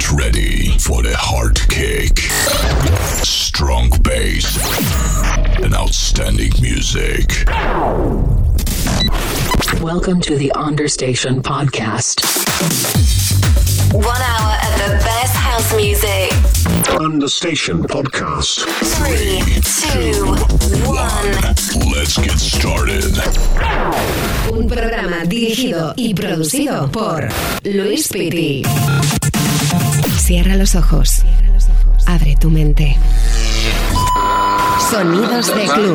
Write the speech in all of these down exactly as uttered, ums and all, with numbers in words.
Get ready for the hard kick, strong bass, and outstanding music. Welcome to the Understation Podcast. One hour of the best house music. Understation Podcast. Three, two, one. Let's get started. Un programa dirigido y producido por Luis Pitti. Cierra los ojos. Abre tu mente. Sonidos de club.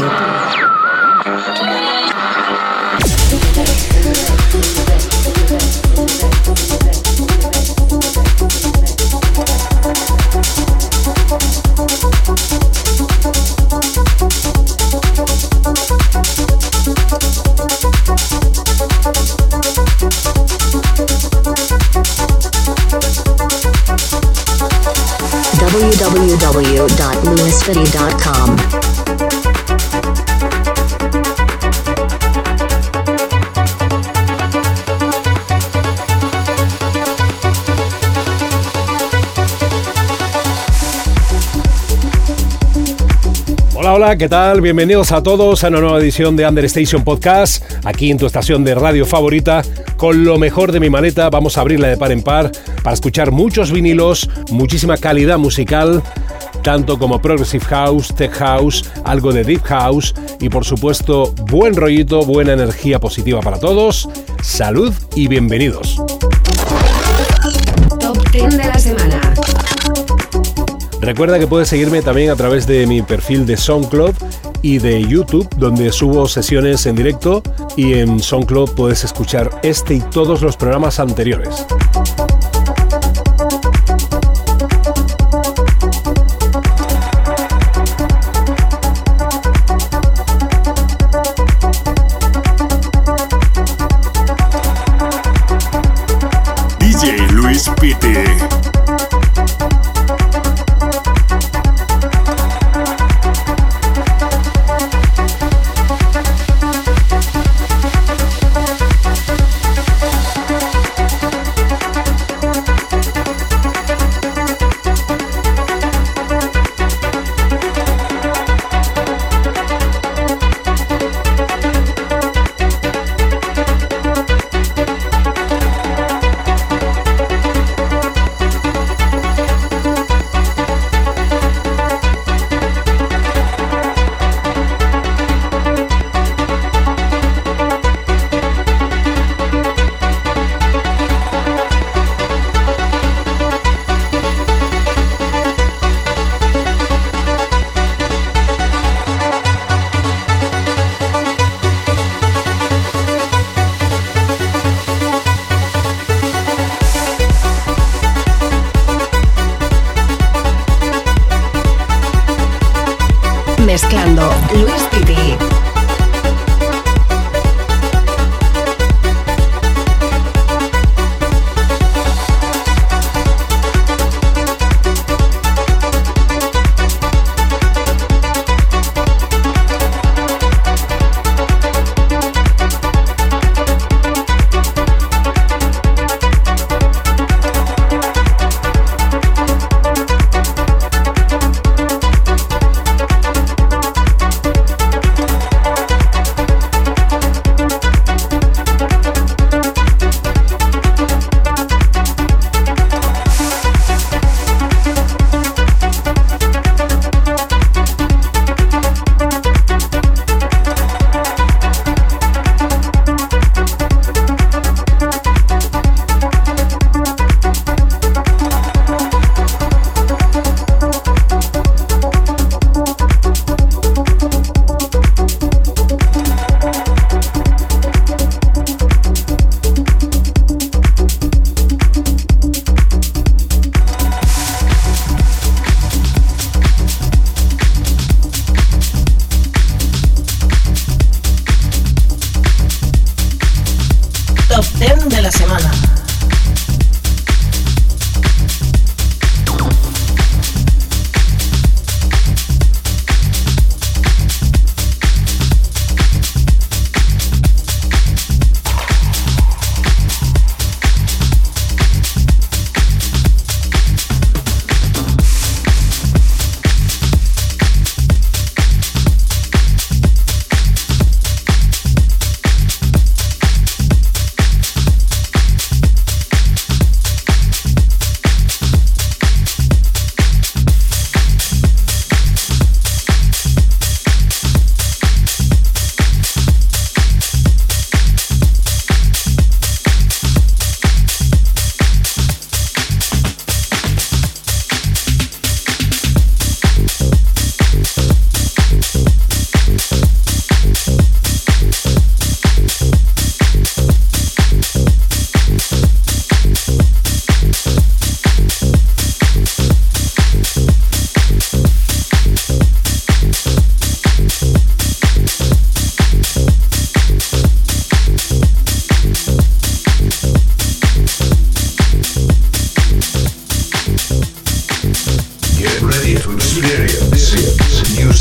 w w w dot louis pitti dot com. Hola, hola, ¿qué tal? Bienvenidos a todos a una nueva edición de Understation Podcast, aquí en tu estación de radio favorita. Con lo mejor de mi maleta vamos a abrirla de par en par para escuchar muchos vinilos, muchísima calidad musical, tanto como Progressive House, Tech House, algo de Deep House y por supuesto buen rollito, buena energía positiva para todos. Salud y bienvenidos. Top diez de la semana. Recuerda que puedes seguirme también a través de mi perfil de SoundCloud y de YouTube, donde subo sesiones en directo, y en SoundCloud puedes escuchar este y todos los programas anteriores. D J Luis Pitti. Mezclando Luis Pitti.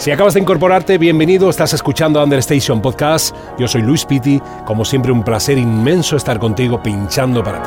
Si acabas de incorporarte, bienvenido, estás escuchando Understation Podcast. Yo soy Luis Pitti, como siempre un placer inmenso estar contigo pinchando para ti.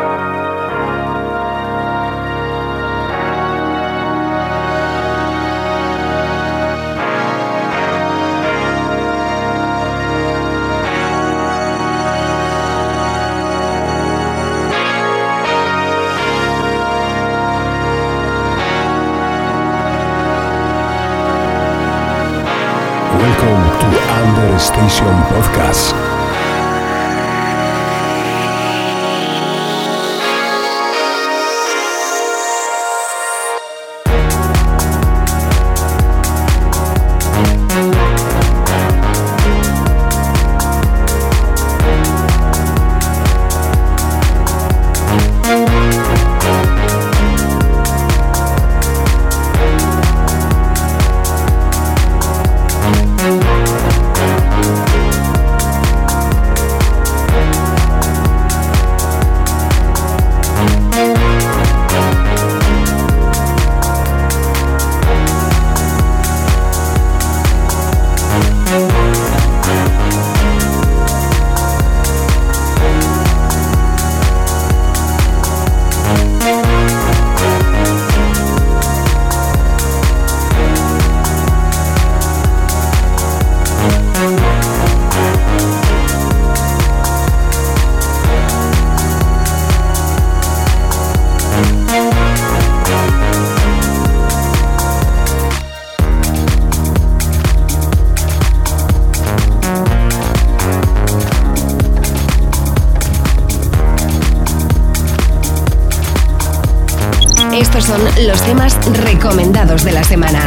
Welcome to Understation Podcast. Estos son los temas recomendados de la semana.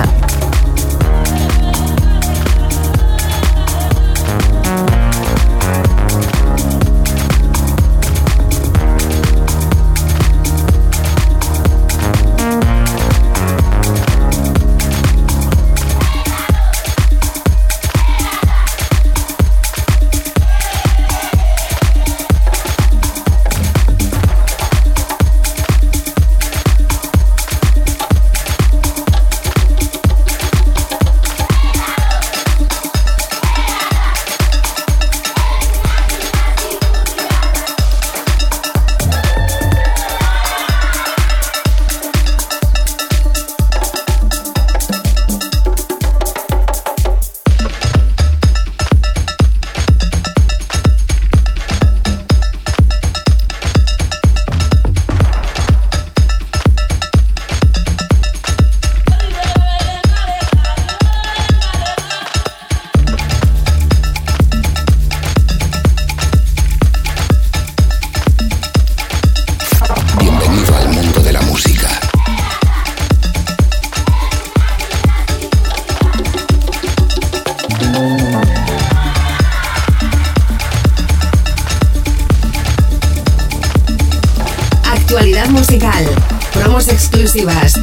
Actualidad musical, promos exclusivas.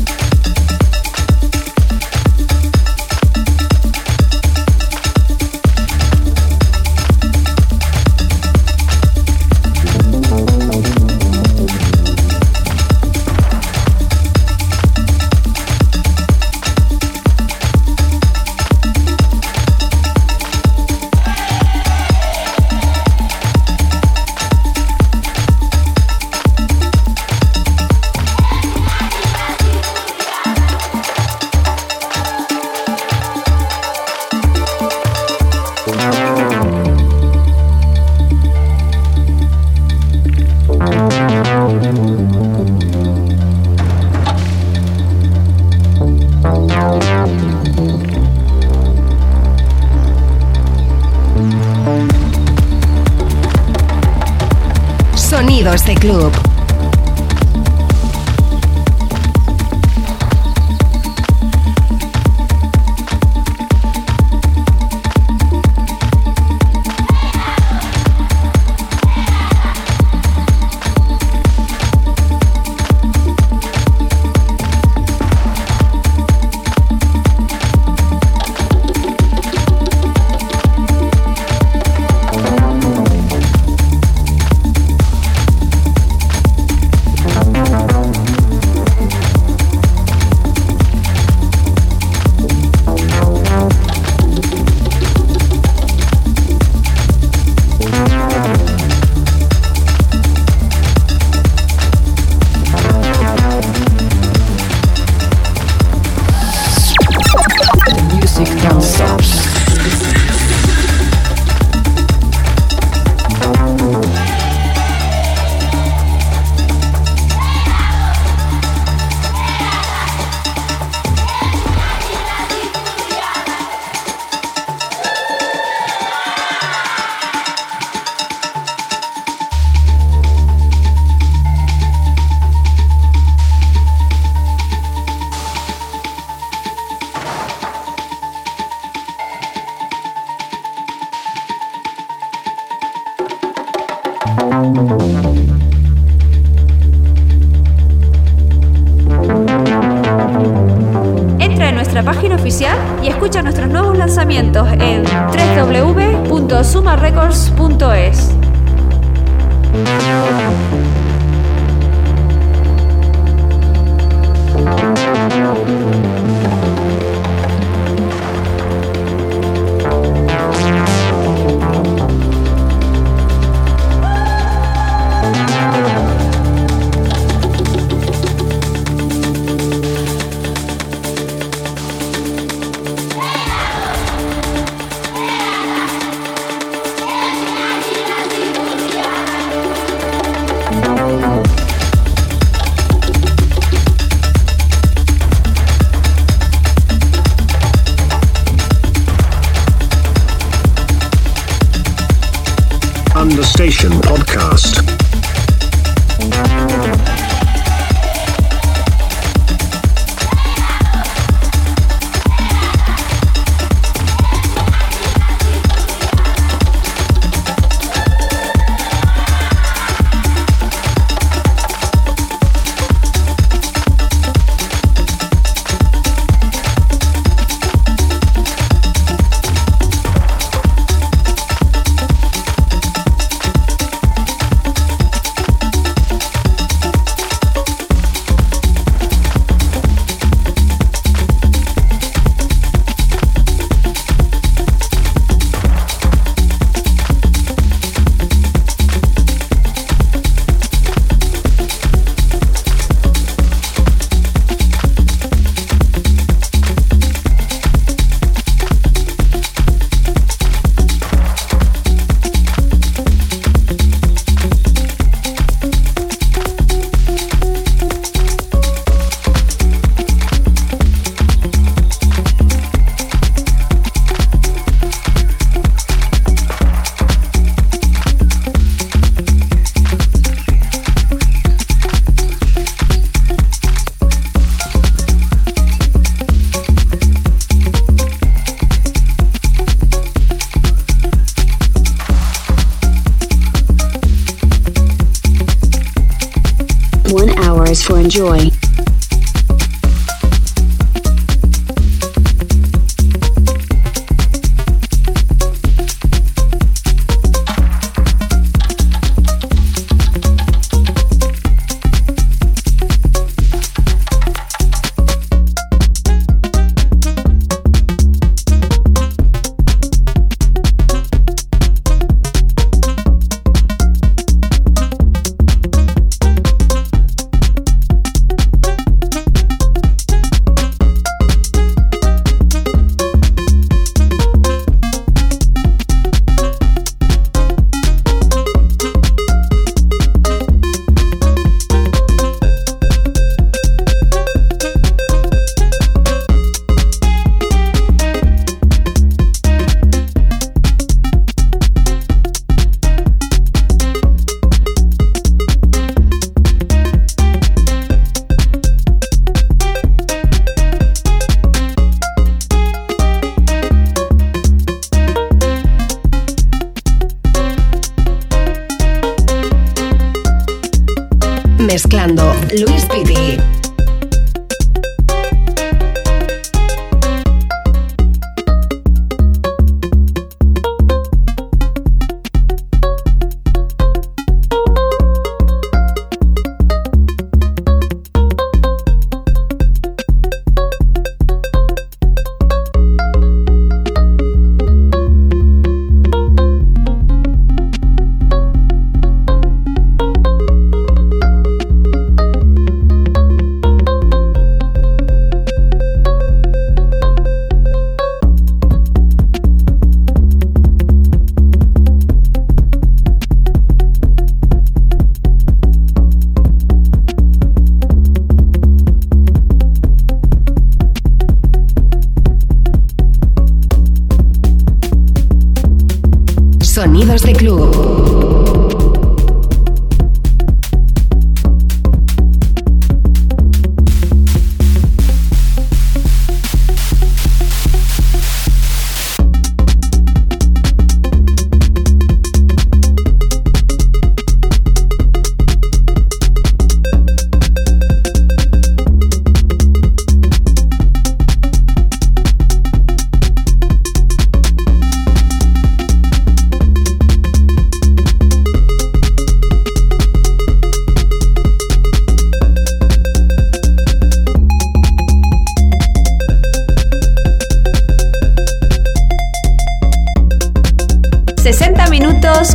Sonidos de club. lanzamientos en doble u doble u doble u punto suma records punto es. Understation Podcast. For enjoy. Mezclando Luis Piti.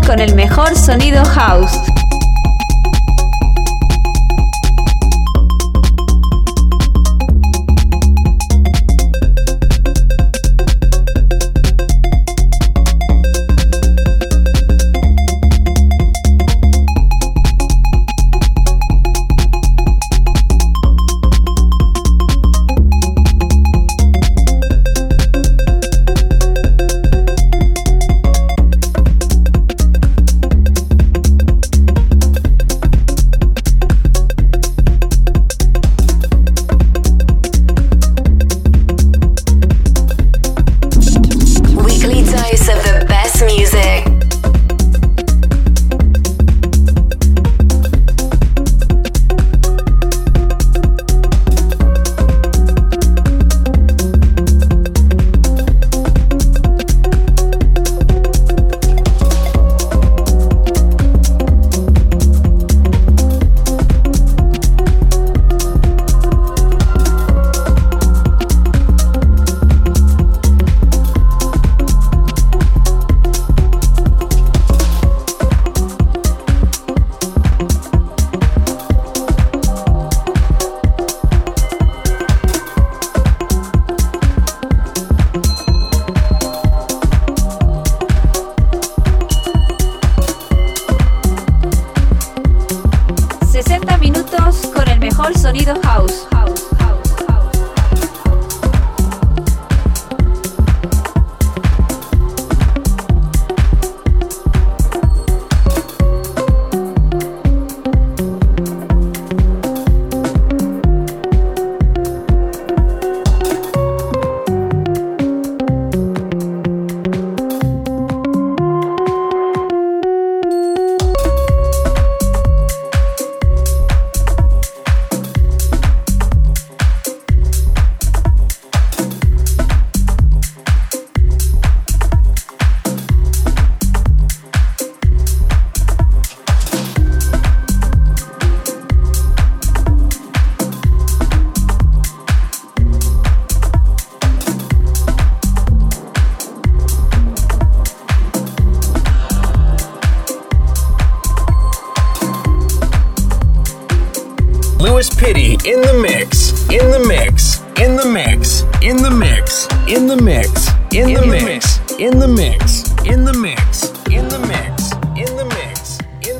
con el mejor sonido house. Sonido house. House, house, house. Louis Pitty in the mix, in the mix, in the mix, in the mix, in the mix, in the mix, in the mix, in the mix, in the mix, in the mix, in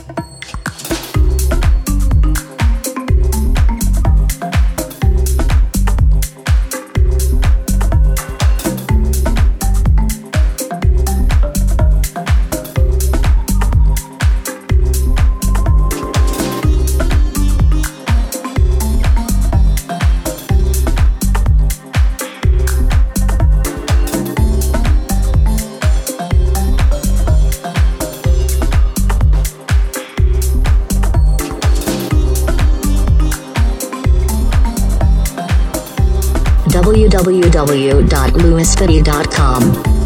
w w w dot louis fitty dot com.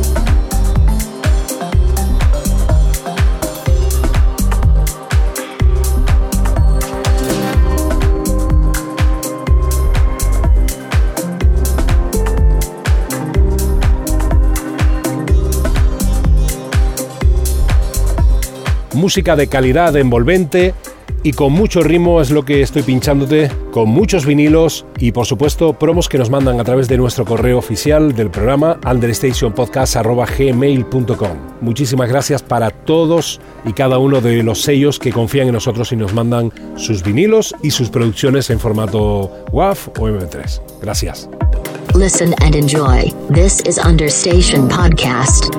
Música de calidad envolvente y con mucho ritmo es lo que estoy pinchándote, con muchos vinilos y por supuesto promos que nos mandan a través de nuestro correo oficial del programa understationpodcast arroba gmail punto com. Muchísimas gracias para todos y cada uno de los sellos que confían en nosotros y nos mandan sus vinilos y sus producciones en formato W A V o eme pe tres. Gracias. Listen and enjoy. This is Understation Podcast.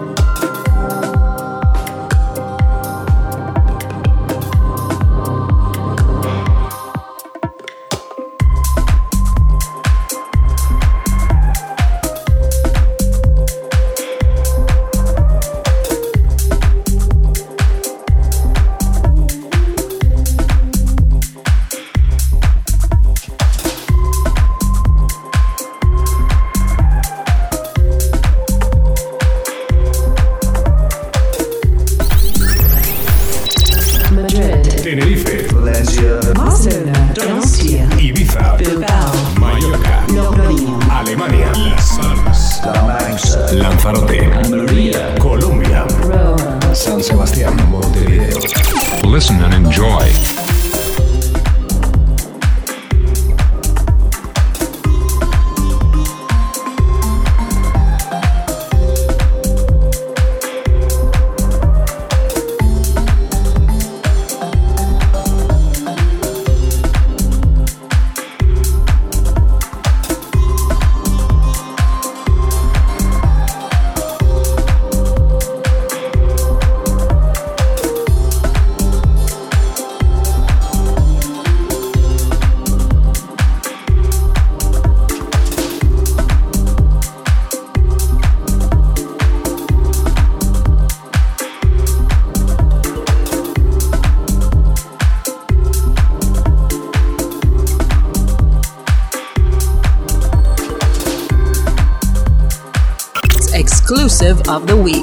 Tenerife, Valencia, Barcelona, Donostia, Ibiza, Bilbao, Mallorca, Logroño, Alemania, Las Palmas, La Mancha, Lanzarote, Almería, Colombia, Roma, San Sebastián, listen and enjoy. Exclusive of the week.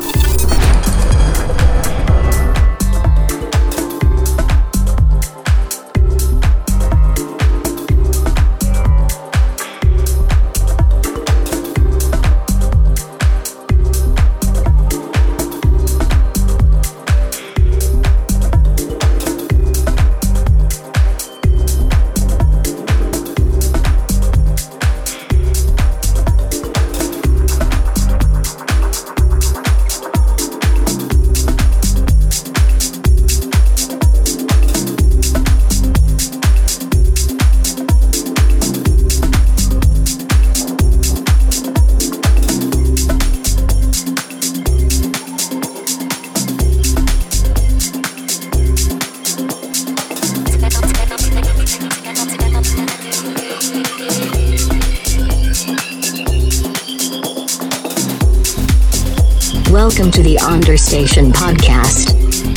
Welcome to the Understation Podcast.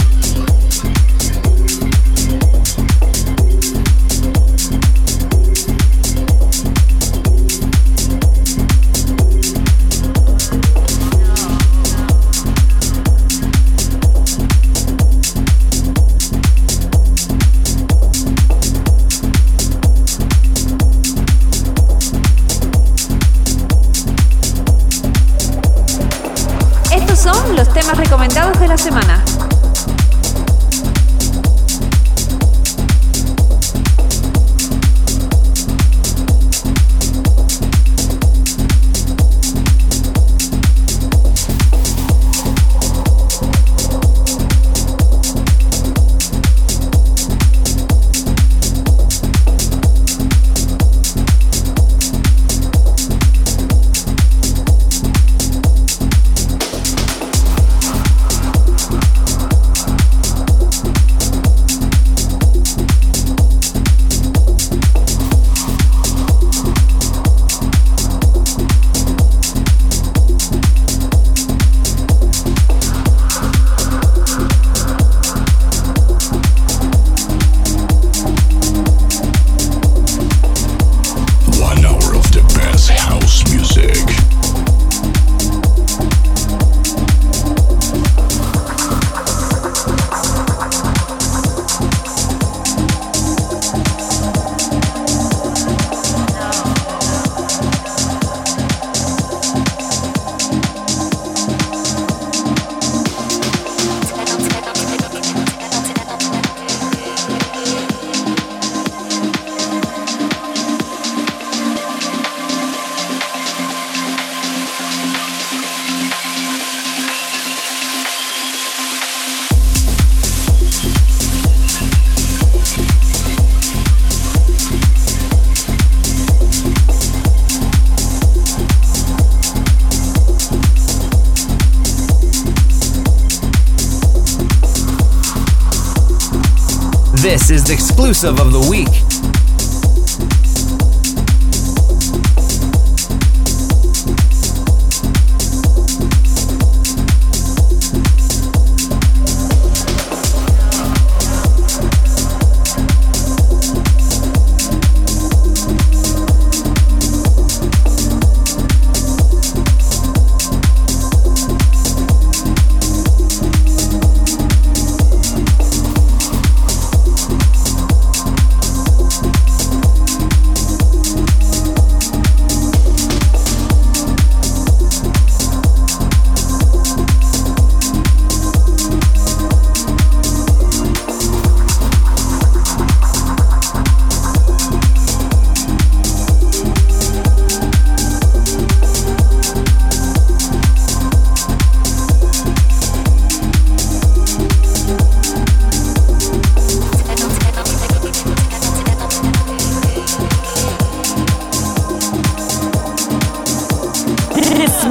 Son los temas recomendados de la semana. This is the exclusive of the week.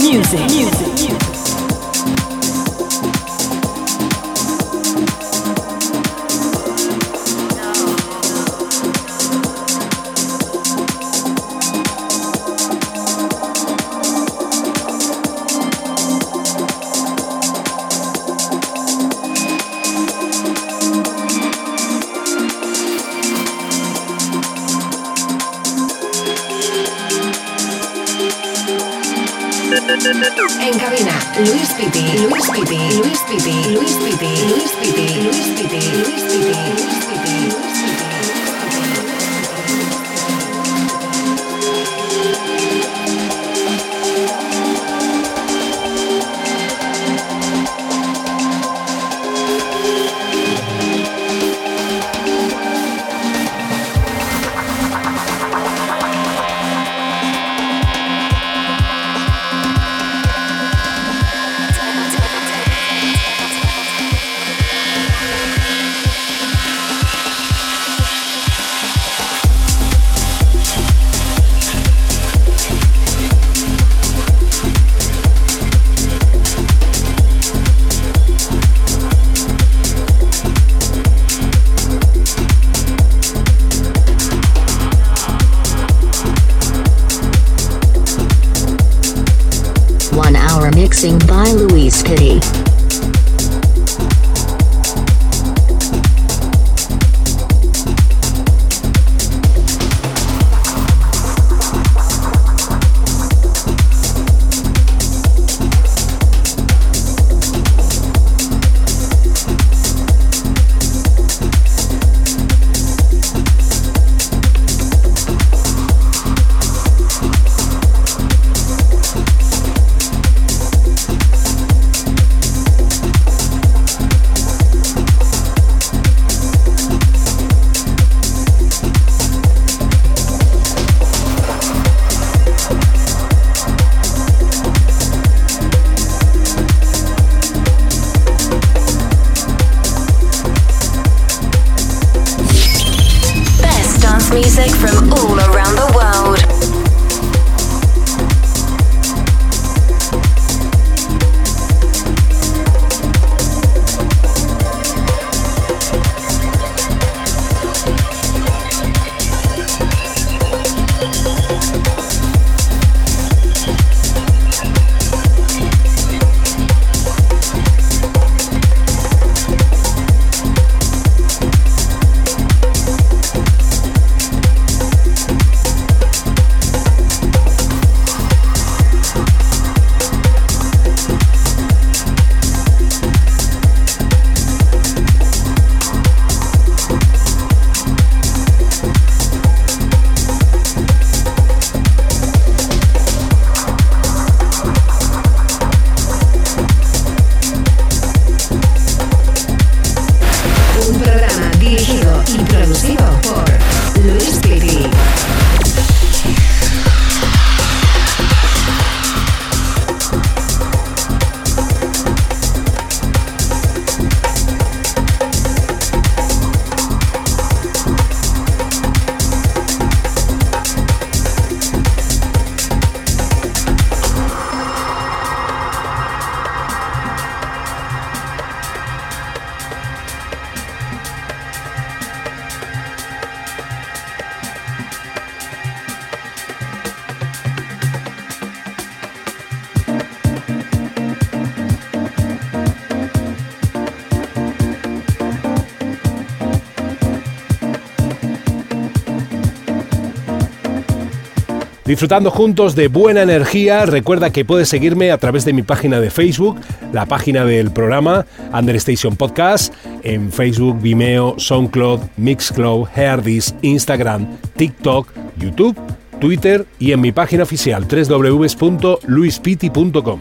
music, music, music. En cabina, Luis Piti, Luis Piti, Luis Piti, Luis Piti, Luis Piti, Luis Piti, Luis Piti, Luis Piti. Mixing by Luis Pity. Music from all around the world. Disfrutando juntos de buena energía, recuerda que puedes seguirme a través de mi página de Facebook, la página del programa Understation Podcast, en Facebook, Vimeo, SoundCloud, Mixcloud, Heardis, Instagram, TikTok, YouTube, Twitter y en mi página oficial doble u doble u doble u punto luis piti punto com.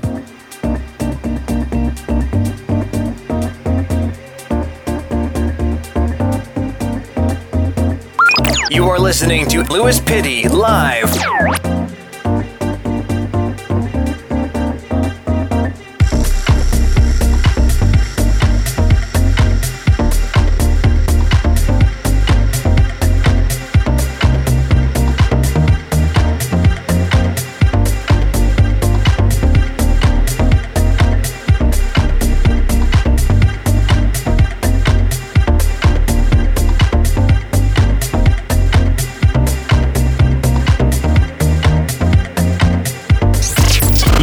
You are listening to Luis Pity live.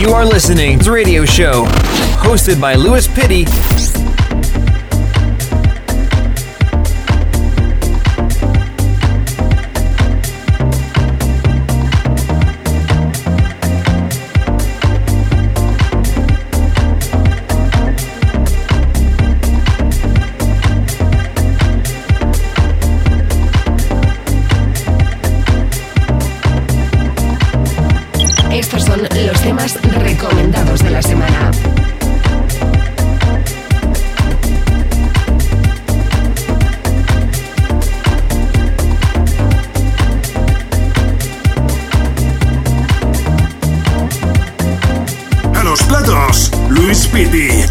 You are listening to the radio show hosted by Louis Pitty. Estos son los temas recomendados de la semana. A los platos, Louis Pitty.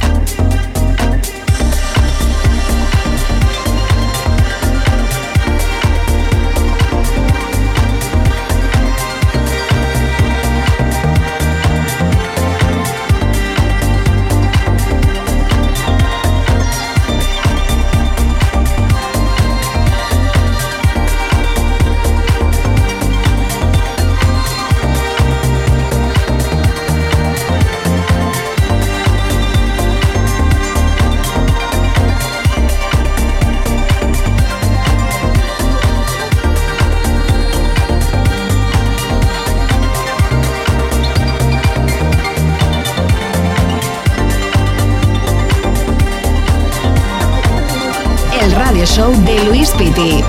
Show de Louis Pitty.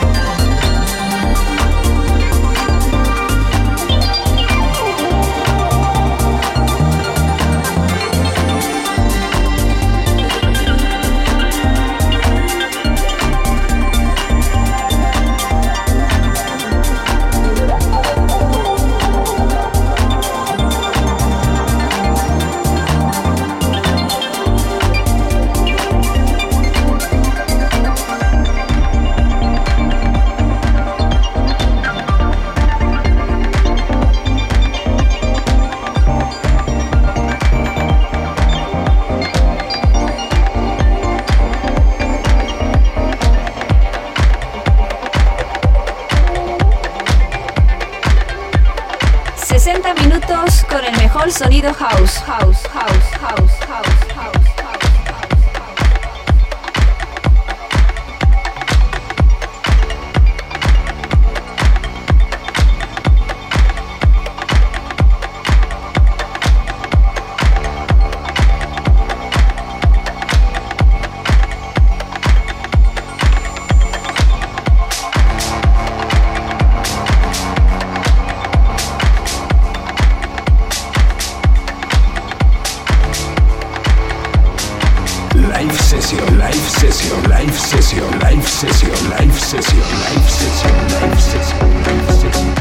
sesenta minutos con el mejor sonido house, house, house, house, house, house. Live session, live session, live session, live session, live session, live session, live session, live session.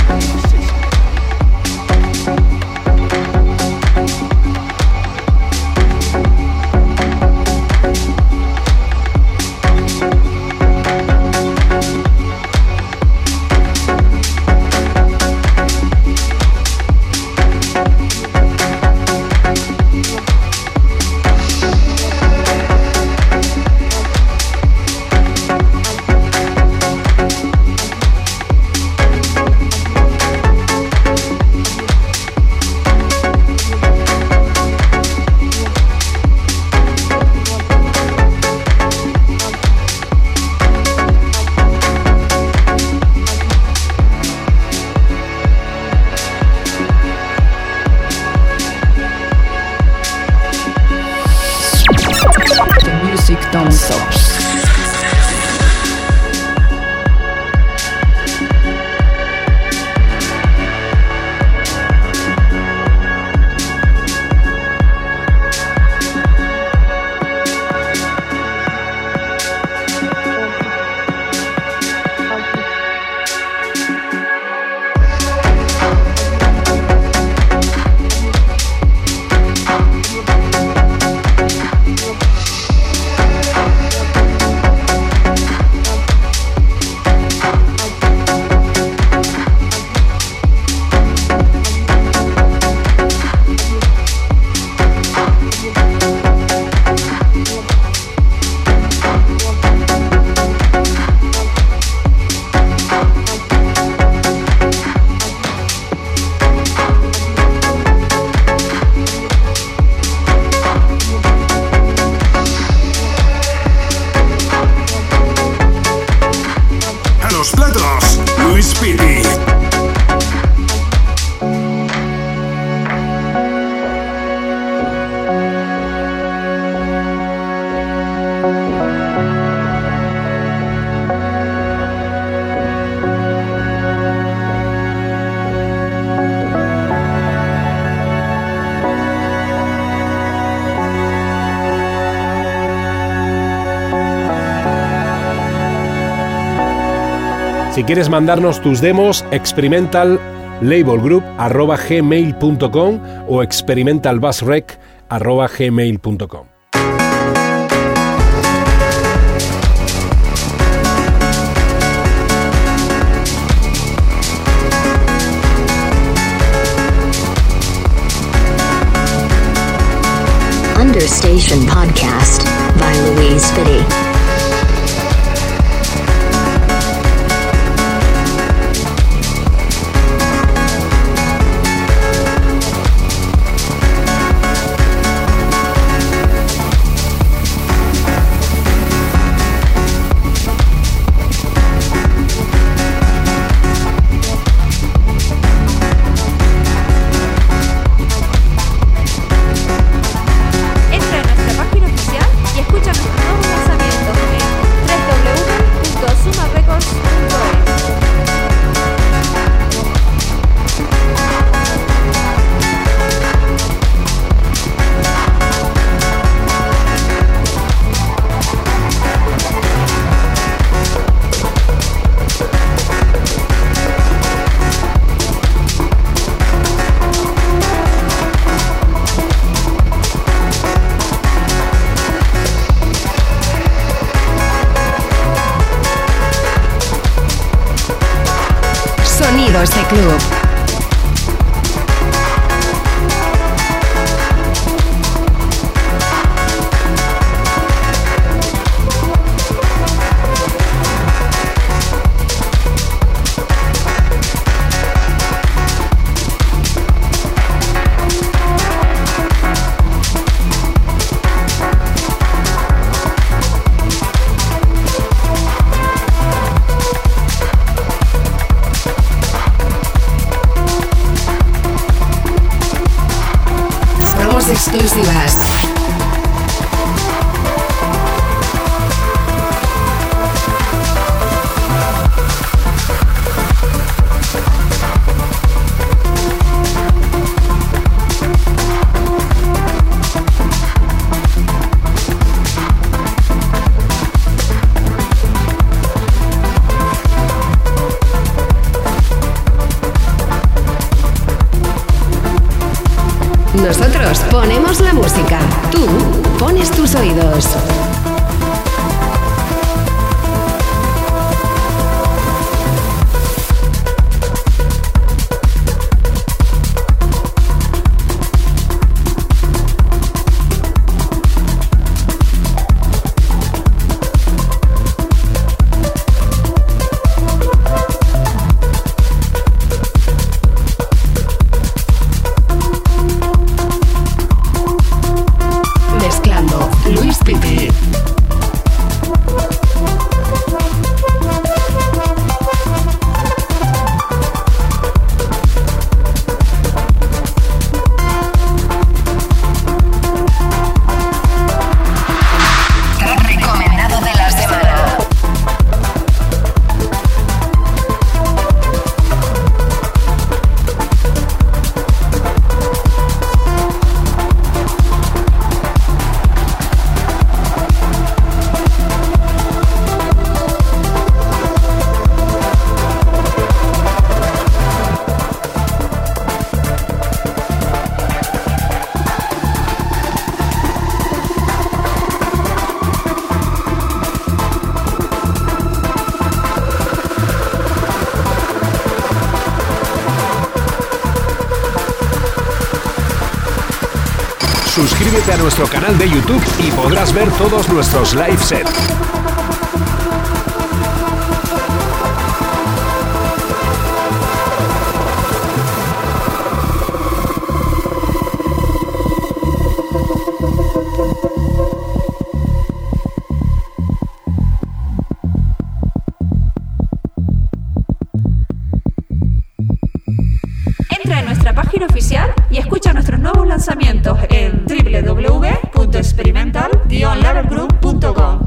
Si quieres mandarnos tus demos, experimental label group arroba gmail punto com o experimentalbassrec arroba gmail punto com. Understation Podcast by Louise Fitty. Entra en nuestra página oficial y escucha nuestros nuevos lanzamientos en doble u doble u doble u punto suma records punto es. Sonidos de club. Promos exclusivas. Nosotros ponemos la música, tú pones tus oídos. Mezclando Luis Piti. Recomendado de la semana. Suscríbete a nuestro canal de YouTube y podrás ver todos nuestros live sets. Entra en nuestra página oficial y escucha nuestros nuevos lanzamientos en doble u doble u doble u punto experimental label group punto com.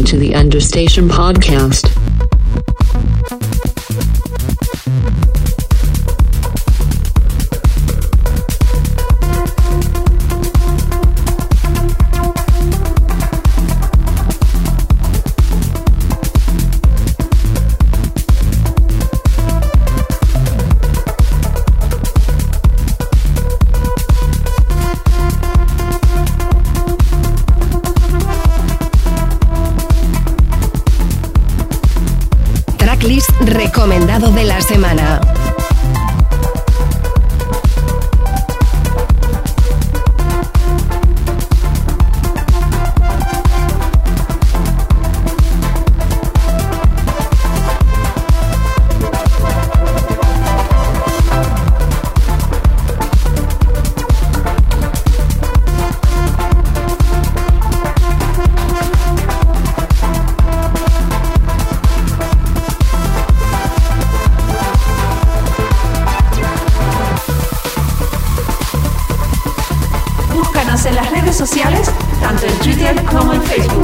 to the Understation podcast. Recomendado de la semana. En las redes sociales, tanto en Twitter como en Facebook.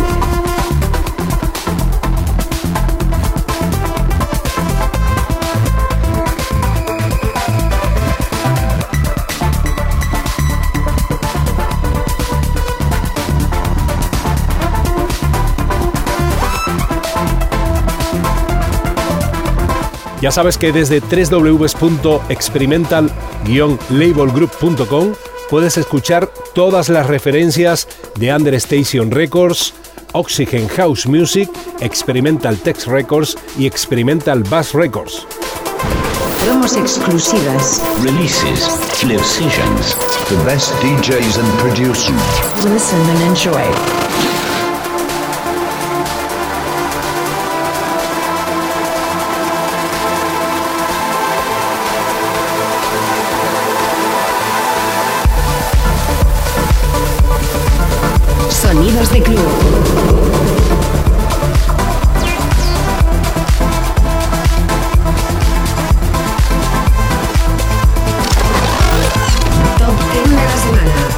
Ya sabes que desde doble u doble u doble u punto experimental guion label group punto com puedes escuchar todas las referencias de Understation Records, Oxygen House Music, Experimental Text Records y Experimental Bass Records. Promos exclusivas. Releases, live sessions, the best D Js and producers. Listen and enjoy. Sonidos de club. Top diez de la semana.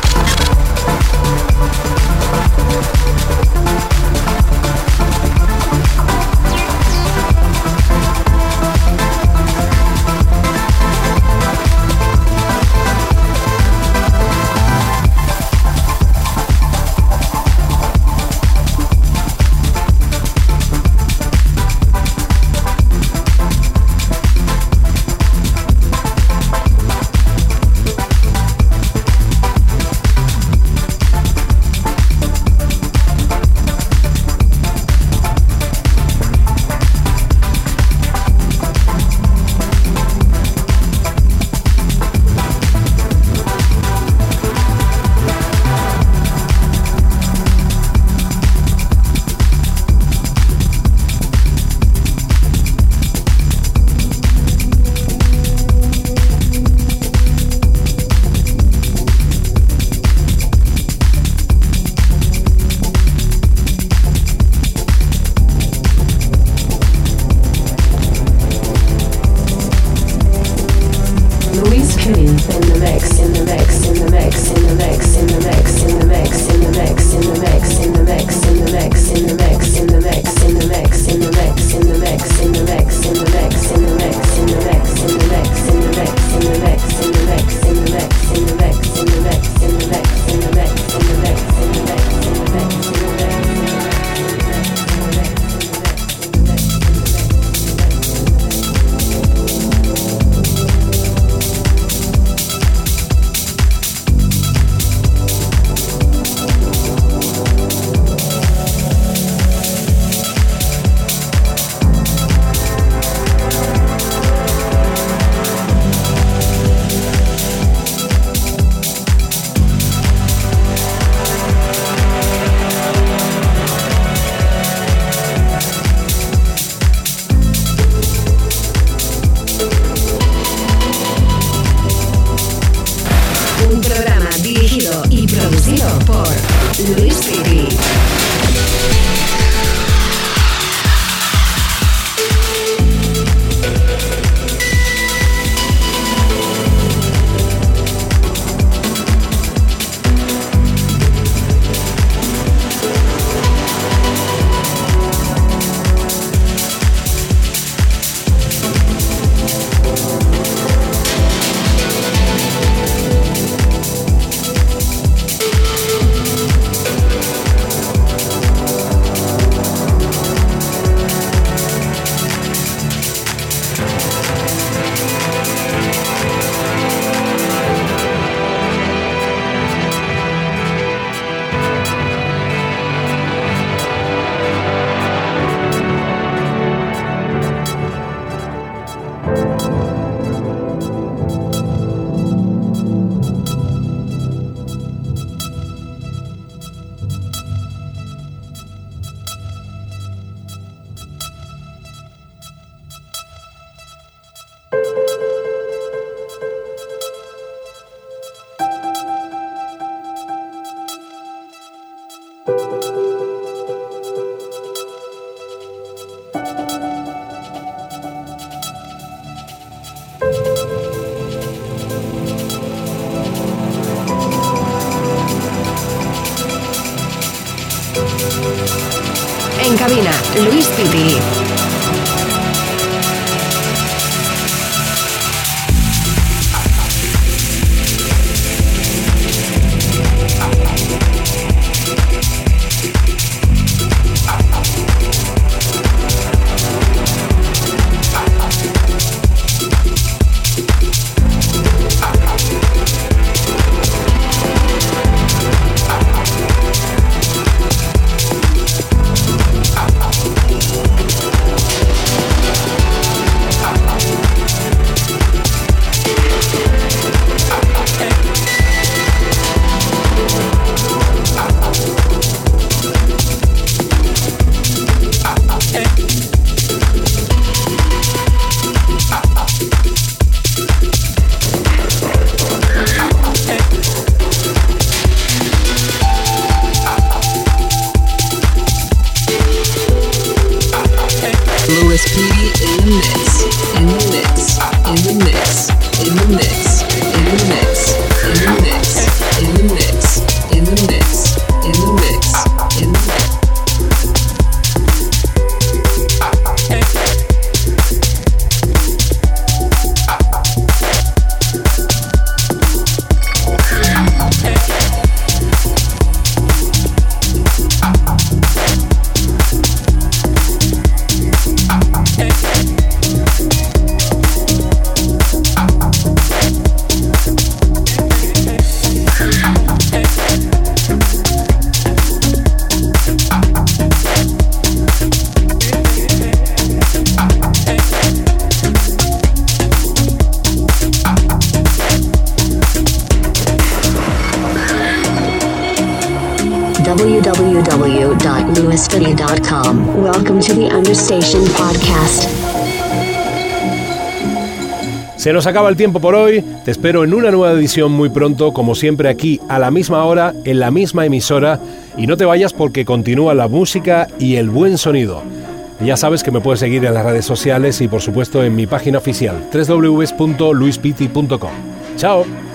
En cabina, Luis Piti. w w w dot louis fitty dot com. Welcome to the Understation Podcast. Se nos acaba el tiempo por hoy. Te espero en una nueva edición muy pronto, como siempre aquí a la misma hora, en la misma emisora. Y no te vayas porque continúa la música y el buen sonido. Ya sabes que me puedes seguir en las redes sociales y por supuesto en mi página oficial doble u doble u doble u punto luis piti punto com. ¡Chao!